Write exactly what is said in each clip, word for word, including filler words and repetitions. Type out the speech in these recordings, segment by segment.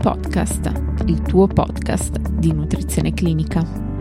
Podcast, il tuo podcast di nutrizione clinica.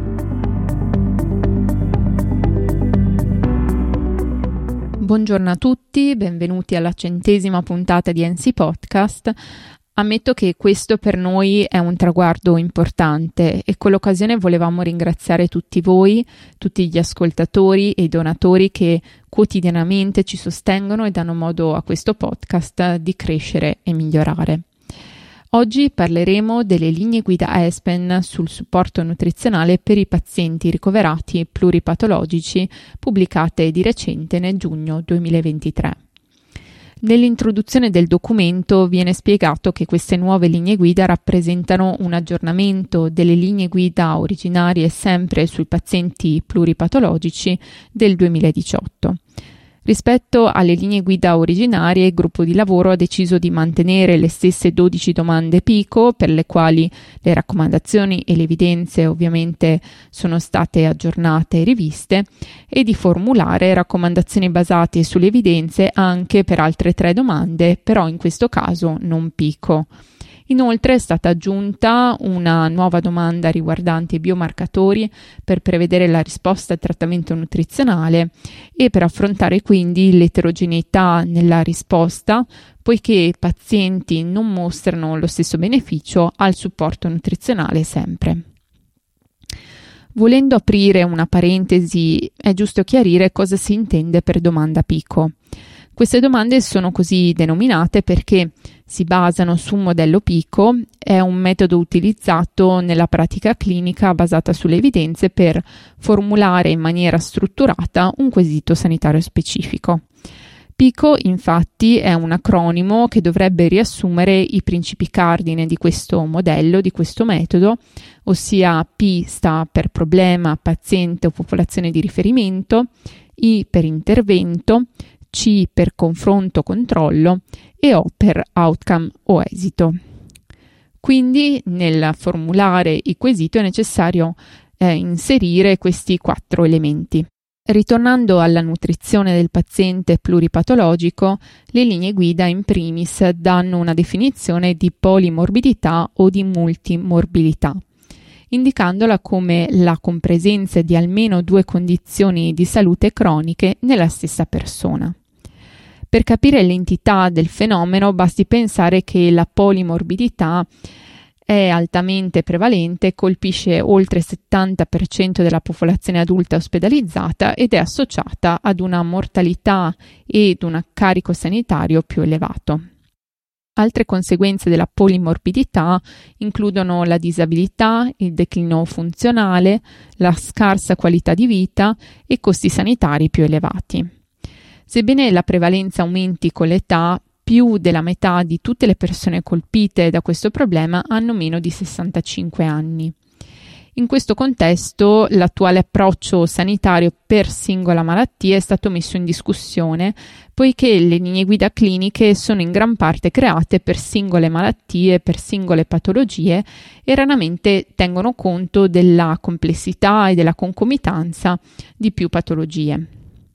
Buongiorno a tutti, benvenuti alla centesima puntata di N C Podcast. Ammetto che questo per noi è un traguardo importante e con l'occasione volevamo ringraziare tutti voi, tutti gli ascoltatori e i donatori che quotidianamente ci sostengono e danno modo a questo podcast di crescere e migliorare. Oggi parleremo delle linee guida ESPEN sul supporto nutrizionale per i pazienti ricoverati pluripatologici, pubblicate di recente nel giugno duemilaventitré. Nell'introduzione del documento viene spiegato che queste nuove linee guida rappresentano un aggiornamento delle linee guida originarie sempre sui pazienti pluripatologici del duemiladiciotto. Rispetto alle linee guida originarie, il gruppo di lavoro ha deciso di mantenere le stesse dodici domande PICO, per le quali le raccomandazioni e le evidenze ovviamente sono state aggiornate e riviste, e di formulare raccomandazioni basate sulle evidenze anche per altre tre domande, però in questo caso non PICO. Inoltre è stata aggiunta una nuova domanda riguardante i biomarcatori per prevedere la risposta al trattamento nutrizionale e per affrontare quindi l'eterogeneità nella risposta, poiché i pazienti non mostrano lo stesso beneficio al supporto nutrizionale sempre. Volendo aprire una parentesi, è giusto chiarire cosa si intende per domanda PICO. Queste domande sono così denominate perché si basano su un modello PICO, è un metodo utilizzato nella pratica clinica basata sulle evidenze per formulare in maniera strutturata un quesito sanitario specifico. PICO, infatti, è un acronimo che dovrebbe riassumere i principi cardine di questo modello, di questo metodo, ossia P sta per problema, paziente o popolazione di riferimento, I per intervento, C per confronto controllo e O per outcome o esito. Quindi nel formulare il quesito è necessario eh, inserire questi quattro elementi. Ritornando alla nutrizione del paziente pluripatologico, le linee guida in primis danno una definizione di polimorbidità o di multimorbilità, indicandola come la compresenza di almeno due condizioni di salute croniche nella stessa persona. Per capire l'entità del fenomeno basti pensare che la polimorbidità è altamente prevalente e colpisce oltre il settanta per cento della popolazione adulta ospedalizzata ed è associata ad una mortalità ed un carico sanitario più elevato. Altre conseguenze della polimorbidità includono la disabilità, il declino funzionale, la scarsa qualità di vita e costi sanitari più elevati. Sebbene la prevalenza aumenti con l'età, più della metà di tutte le persone colpite da questo problema hanno meno di sessantacinque anni. In questo contesto, l'attuale approccio sanitario per singola malattia è stato messo in discussione, poiché le linee guida cliniche sono in gran parte create per singole malattie, per singole patologie e raramente tengono conto della complessità e della concomitanza di più patologie.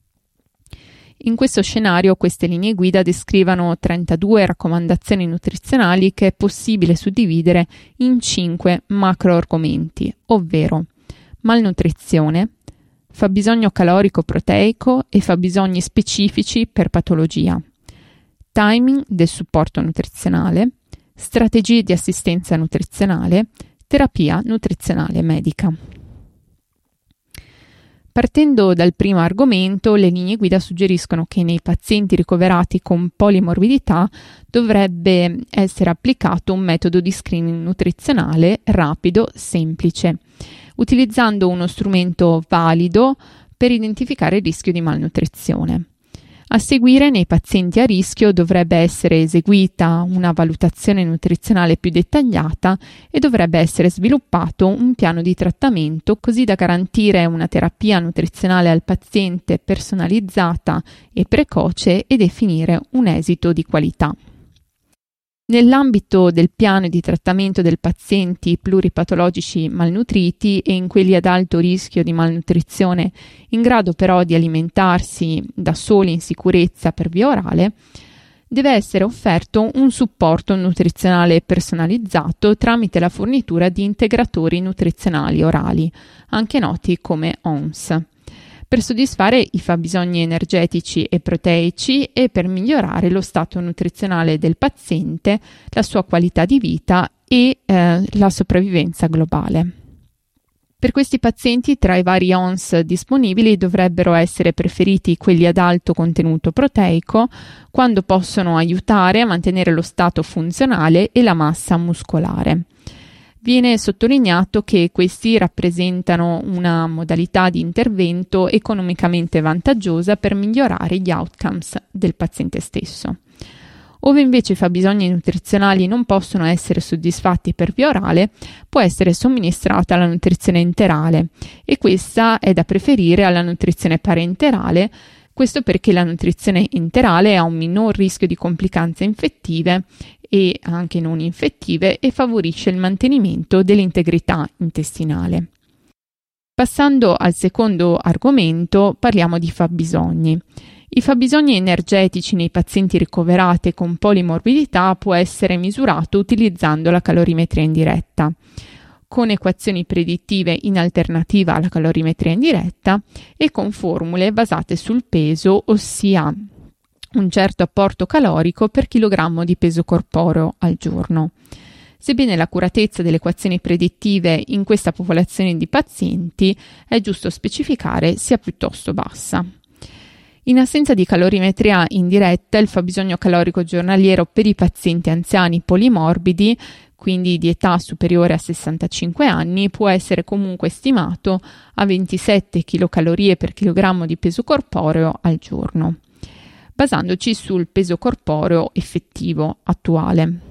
In questo scenario queste linee guida descrivono trentadue raccomandazioni nutrizionali che è possibile suddividere in cinque macro argomenti, ovvero malnutrizione, fabbisogno calorico-proteico e fabbisogni specifici per patologia, timing del supporto nutrizionale, strategie di assistenza nutrizionale, terapia nutrizionale medica. Partendo dal primo argomento, le linee guida suggeriscono che nei pazienti ricoverati con polimorbidità dovrebbe essere applicato un metodo di screening nutrizionale rapido, semplice, utilizzando uno strumento valido per identificare il rischio di malnutrizione. A seguire, nei pazienti a rischio dovrebbe essere eseguita una valutazione nutrizionale più dettagliata e dovrebbe essere sviluppato un piano di trattamento così da garantire una terapia nutrizionale al paziente personalizzata e precoce e definire un esito di qualità. Nell'ambito del piano di trattamento del pazienti pluripatologici malnutriti e in quelli ad alto rischio di malnutrizione in grado però di alimentarsi da soli in sicurezza per via orale, deve essere offerto un supporto nutrizionale personalizzato tramite la fornitura di integratori nutrizionali orali, anche noti come O N S, per soddisfare i fabbisogni energetici e proteici e per migliorare lo stato nutrizionale del paziente, la sua qualità di vita e eh, la sopravvivenza globale. Per questi pazienti, tra i vari O N S disponibili dovrebbero essere preferiti quelli ad alto contenuto proteico, quando possono aiutare a mantenere lo stato funzionale e la massa muscolare. Viene sottolineato che questi rappresentano una modalità di intervento economicamente vantaggiosa per migliorare gli outcomes del paziente stesso. Ove invece i fabbisogni nutrizionali non possono essere soddisfatti per via orale, può essere somministrata la nutrizione enterale, e questa è da preferire alla nutrizione parenterale, questo perché la nutrizione enterale ha un minor rischio di complicanze infettive e anche non infettive e favorisce il mantenimento dell'integrità intestinale. Passando al secondo argomento, parliamo di fabbisogni. I fabbisogni energetici nei pazienti ricoverati con polimorbidità può essere misurato utilizzando la calorimetria indiretta, con equazioni predittive in alternativa alla calorimetria indiretta e con formule basate sul peso, ossia un certo apporto calorico per chilogrammo di peso corporeo al giorno. Sebbene l'accuratezza delle equazioni predittive in questa popolazione di pazienti, è giusto specificare, sia piuttosto bassa. In assenza di calorimetria indiretta, il fabbisogno calorico giornaliero per i pazienti anziani polimorbidi, quindi di età superiore a sessantacinque anni, può essere comunque stimato a ventisette chilocalorie per chilogrammo di peso corporeo al giorno, basandoci sul peso corporeo effettivo attuale.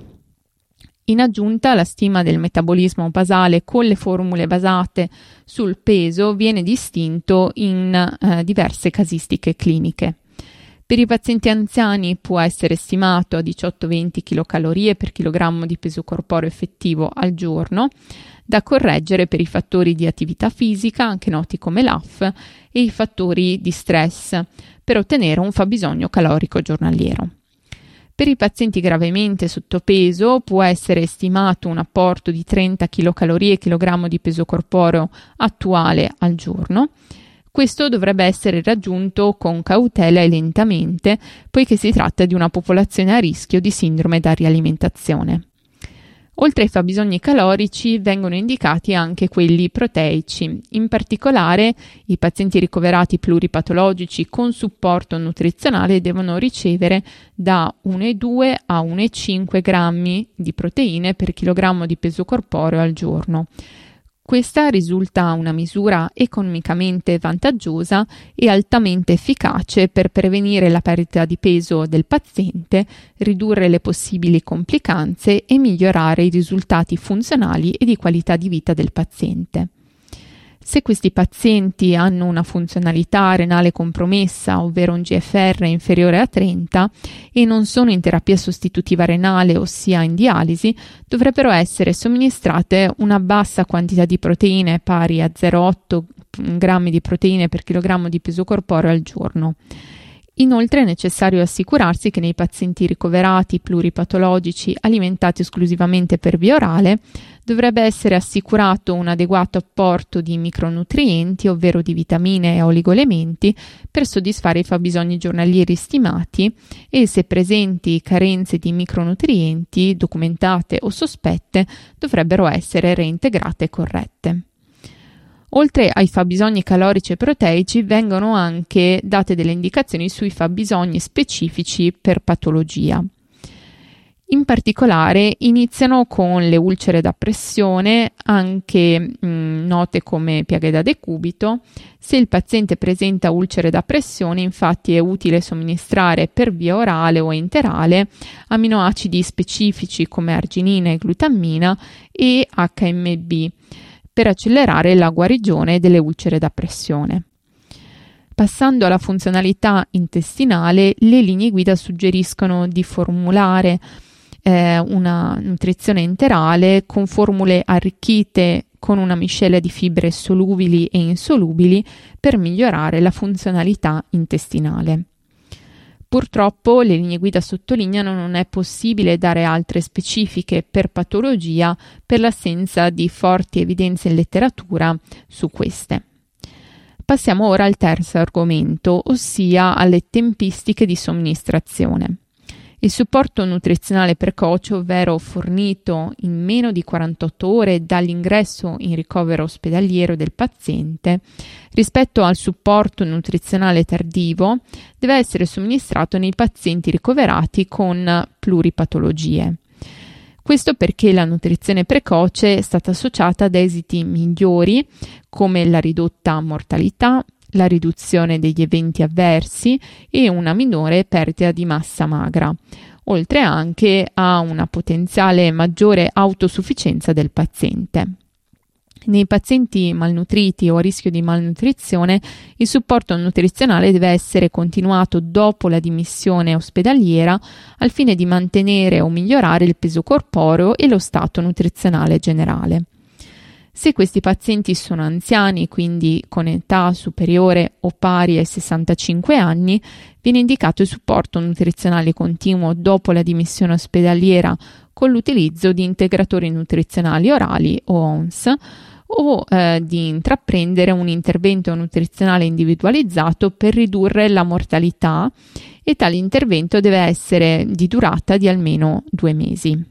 In aggiunta, la stima del metabolismo basale con le formule basate sul peso viene distinto in eh, diverse casistiche cliniche. Per i pazienti anziani può essere stimato a diciotto venti chilocalorie per chilogrammo di peso corporeo effettivo al giorno, da correggere per i fattori di attività fisica, anche noti come l'A F, e i fattori di stress, per ottenere un fabbisogno calorico giornaliero. Per i pazienti gravemente sottopeso può essere stimato un apporto di trenta chilocalorie chilogrammo di peso corporeo attuale al giorno. Questo dovrebbe essere raggiunto con cautela e lentamente, poiché si tratta di una popolazione a rischio di sindrome da rialimentazione. Oltre ai fabbisogni calorici vengono indicati anche quelli proteici. In particolare, i pazienti ricoverati pluripatologici con supporto nutrizionale devono ricevere da uno virgola due a uno virgola cinque grammi di proteine per chilogrammo di peso corporeo al giorno. Questa risulta una misura economicamente vantaggiosa e altamente efficace per prevenire la perdita di peso del paziente, ridurre le possibili complicanze e migliorare i risultati funzionali e di qualità di vita del paziente. Se questi pazienti hanno una funzionalità renale compromessa, ovvero un G F R inferiore a trenta, e non sono in terapia sostitutiva renale, ossia in dialisi, dovrebbero essere somministrate una bassa quantità di proteine pari a zero virgola otto grammi di proteine per chilogrammo di peso corporeo al giorno. Inoltre è necessario assicurarsi che nei pazienti ricoverati pluripatologici alimentati esclusivamente per via orale dovrebbe essere assicurato un adeguato apporto di micronutrienti, ovvero di vitamine e oligoelementi, per soddisfare i fabbisogni giornalieri stimati e, se presenti carenze di micronutrienti documentate o sospette, dovrebbero essere reintegrate e corrette. Oltre ai fabbisogni calorici e proteici vengono anche date delle indicazioni sui fabbisogni specifici per patologia. In particolare iniziano con le ulcere da pressione, anche mh, note come piaghe da decubito. Se il paziente presenta ulcere da pressione, infatti è utile somministrare per via orale o enterale aminoacidi specifici come arginina e glutammina e H M B, per accelerare la guarigione delle ulcere da pressione. Passando alla funzionalità intestinale, le linee guida suggeriscono di formulare eh, una nutrizione enterale con formule arricchite con una miscela di fibre solubili e insolubili per migliorare la funzionalità intestinale. Purtroppo le linee guida sottolineano che non è possibile dare altre specifiche per patologia per l'assenza di forti evidenze in letteratura su queste. Passiamo ora al terzo argomento, ossia alle tempistiche di somministrazione. Il supporto nutrizionale precoce, ovvero fornito in meno di quarantotto ore dall'ingresso in ricovero ospedaliero del paziente, rispetto al supporto nutrizionale tardivo, deve essere somministrato nei pazienti ricoverati con pluripatologie. Questo perché la nutrizione precoce è stata associata ad esiti migliori come la ridotta mortalità, la riduzione degli eventi avversi e una minore perdita di massa magra, oltre anche a una potenziale maggiore autosufficienza del paziente. Nei pazienti malnutriti o a rischio di malnutrizione, il supporto nutrizionale deve essere continuato dopo la dimissione ospedaliera al fine di mantenere o migliorare il peso corporeo e lo stato nutrizionale generale. Se questi pazienti sono anziani, quindi con età superiore o pari ai sessantacinque anni, viene indicato il supporto nutrizionale continuo dopo la dimissione ospedaliera con l'utilizzo di integratori nutrizionali orali o O N S o eh, di intraprendere un intervento nutrizionale individualizzato per ridurre la mortalità, e tale intervento deve essere di durata di almeno due mesi.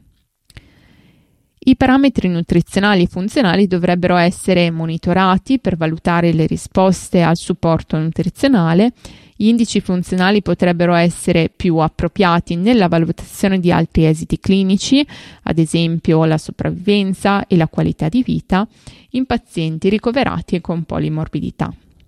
I parametri nutrizionali funzionali dovrebbero essere monitorati per valutare le risposte al supporto nutrizionale. Gli indici funzionali potrebbero essere più appropriati nella valutazione di altri esiti clinici, ad esempio la sopravvivenza e la qualità di vita, in pazienti ricoverati con polimorbidità.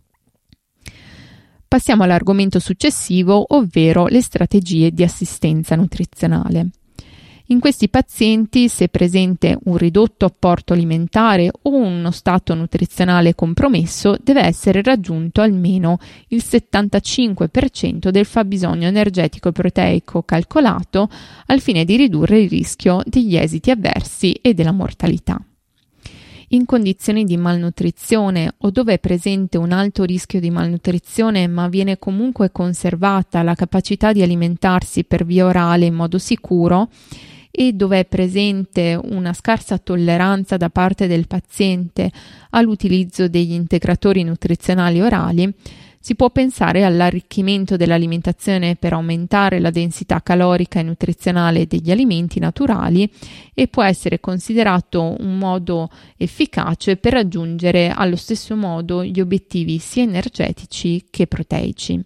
Passiamo all'argomento successivo, ovvero le strategie di assistenza nutrizionale. In questi pazienti, se presente un ridotto apporto alimentare o uno stato nutrizionale compromesso, deve essere raggiunto almeno il settantacinque per cento del fabbisogno energetico proteico calcolato al fine di ridurre il rischio degli esiti avversi e della mortalità. In condizioni di malnutrizione o dove è presente un alto rischio di malnutrizione ma viene comunque conservata la capacità di alimentarsi per via orale in modo sicuro, e dove è presente una scarsa tolleranza da parte del paziente all'utilizzo degli integratori nutrizionali orali, si può pensare all'arricchimento dell'alimentazione per aumentare la densità calorica e nutrizionale degli alimenti naturali, e può essere considerato un modo efficace per raggiungere allo stesso modo gli obiettivi sia energetici che proteici.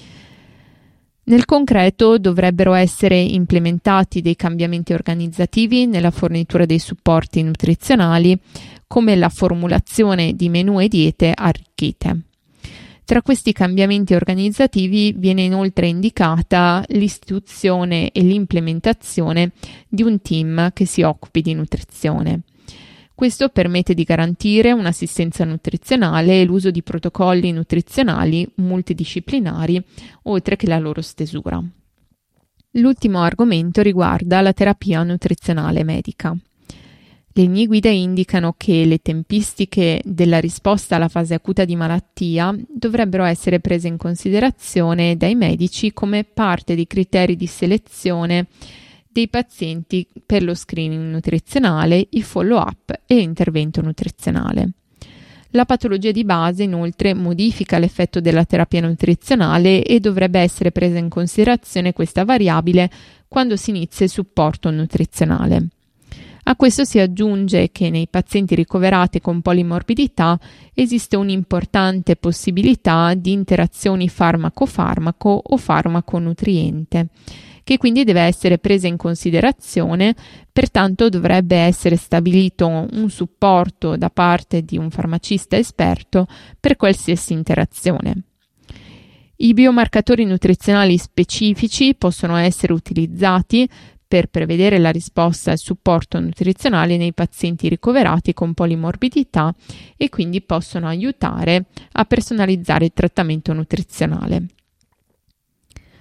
Nel concreto dovrebbero essere implementati dei cambiamenti organizzativi nella fornitura dei supporti nutrizionali, come la formulazione di menù e diete arricchite. Tra questi cambiamenti organizzativi viene inoltre indicata l'istituzione e l'implementazione di un team che si occupi di nutrizione. Questo permette di garantire un'assistenza nutrizionale e l'uso di protocolli nutrizionali multidisciplinari, oltre che la loro stesura. L'ultimo argomento riguarda la terapia nutrizionale medica. Le linee guida indicano che le tempistiche della risposta alla fase acuta di malattia dovrebbero essere prese in considerazione dai medici come parte dei criteri di selezione dei pazienti per lo screening nutrizionale, il follow-up e l'intervento nutrizionale. La patologia di base inoltre modifica l'effetto della terapia nutrizionale e dovrebbe essere presa in considerazione questa variabile quando si inizia il supporto nutrizionale. A questo si aggiunge che nei pazienti ricoverati con polimorbidità esiste un'importante possibilità di interazioni farmaco-farmaco o farmaco-nutriente, che quindi deve essere presa in considerazione. Pertanto dovrebbe essere stabilito un supporto da parte di un farmacista esperto per qualsiasi interazione. I biomarcatori nutrizionali specifici possono essere utilizzati per prevedere la risposta al supporto nutrizionale nei pazienti ricoverati con polimorbidità e quindi possono aiutare a personalizzare il trattamento nutrizionale.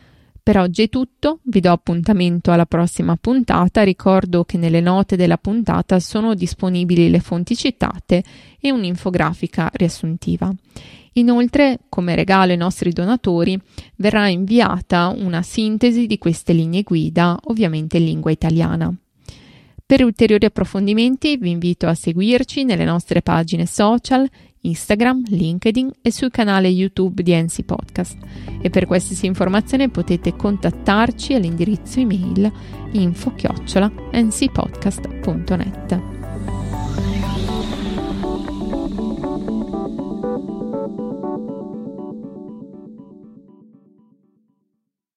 Per oggi è tutto, vi do appuntamento alla prossima puntata, ricordo che nelle note della puntata sono disponibili le fonti citate e un'infografica riassuntiva. Inoltre, come regalo ai nostri donatori, verrà inviata una sintesi di queste linee guida, ovviamente in lingua italiana. Per ulteriori approfondimenti vi invito a seguirci nelle nostre pagine social, Instagram, LinkedIn e sul canale YouTube di N C Podcast. E per qualsiasi informazione potete contattarci all'indirizzo email info chiocciola n c podcast punto net.